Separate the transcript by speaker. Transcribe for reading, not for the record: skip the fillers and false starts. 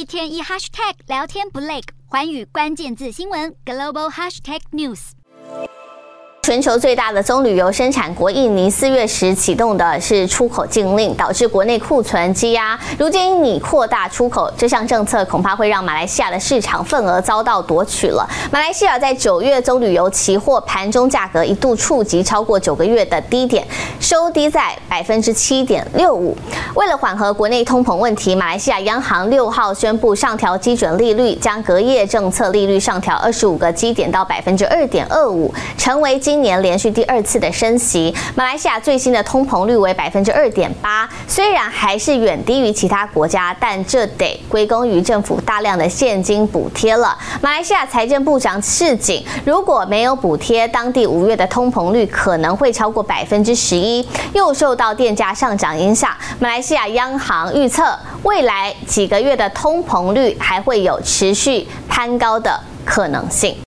Speaker 1: 天一 hashtag 聊天不累，寰宇关键字新闻 global hashtag news。
Speaker 2: 全球最大的棕榈油生产国印尼4月时启动的是出口禁令，导致国内库存积压。如今你扩大出口，这项政策恐怕会让马来西亚的市场份额遭到夺取了。马来西亚在9月棕榈油期货盘中价格一度触及超过9个月的低点，收低在7.65%。为了缓和国内通膨问题，马来西亚央行6号宣布上调基准利率，将隔夜政策利率上调25个基点到2.25%，成为今年连续第2次的升息。马来西亚最新的通膨率为2.8%，虽然还是远低于其他国家，但这得归功于政府大量的现金补贴了。马来西亚财政部长示警，如果没有补贴，当地5月的通膨率可能会超过11%。又受到电价上涨影响，马来西亚央行预测未来几个月的通膨率还会有持续攀高的可能性。